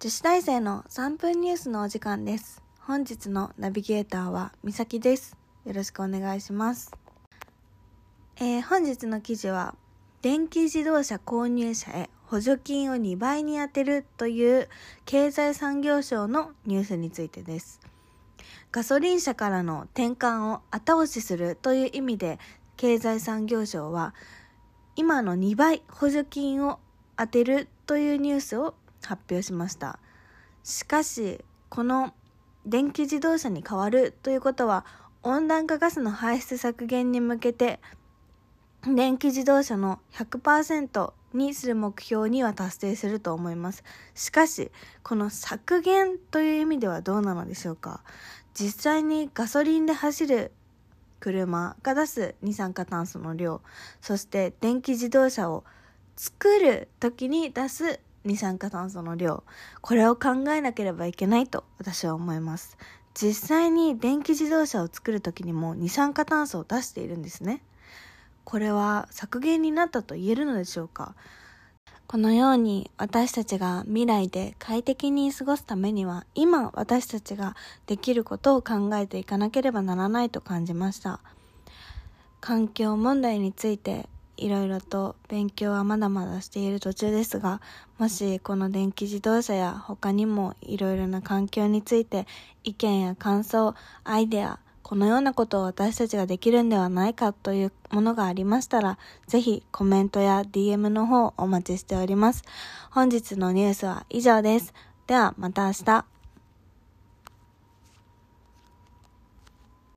女子大生の3分ニュースのお時間です。本日のナビゲーターはみさきです。よろしくお願いします。本日の記事は電気自動車購入者へ補助金を2倍に充てるという経済産業省のニュースについてです。ガソリン車からの転換を後押しするという意味で経済産業省は今の2倍補助金を充てるというニュースを発表しました。しかしこの電気自動車に変わるということは温暖化ガスの排出削減に向けて電気自動車の 100% にする目標には達成すると思います。しかしこの削減という意味ではどうなのでしょうか。実際にガソリンで走る車が出す二酸化炭素の量、そして電気自動車を作る時に出す二酸化炭素の量、これを考えなければいけないと私は思います。実際に電気自動車を作る時にも二酸化炭素を出しているんですね。これは削減になったと言えるのでしょうか。このように私たちが未来で快適に過ごすためには今私たちができることを考えていかなければならないと感じました。環境問題についていろいろと勉強はまだまだしている途中ですが、もしこの電気自動車や他にもいろいろな環境について意見や感想、アイデア、このようなことを私たちができるんではないかというものがありましたら、ぜひコメントや DM の方お待ちしております。本日のニュースは以上です。ではまた明日。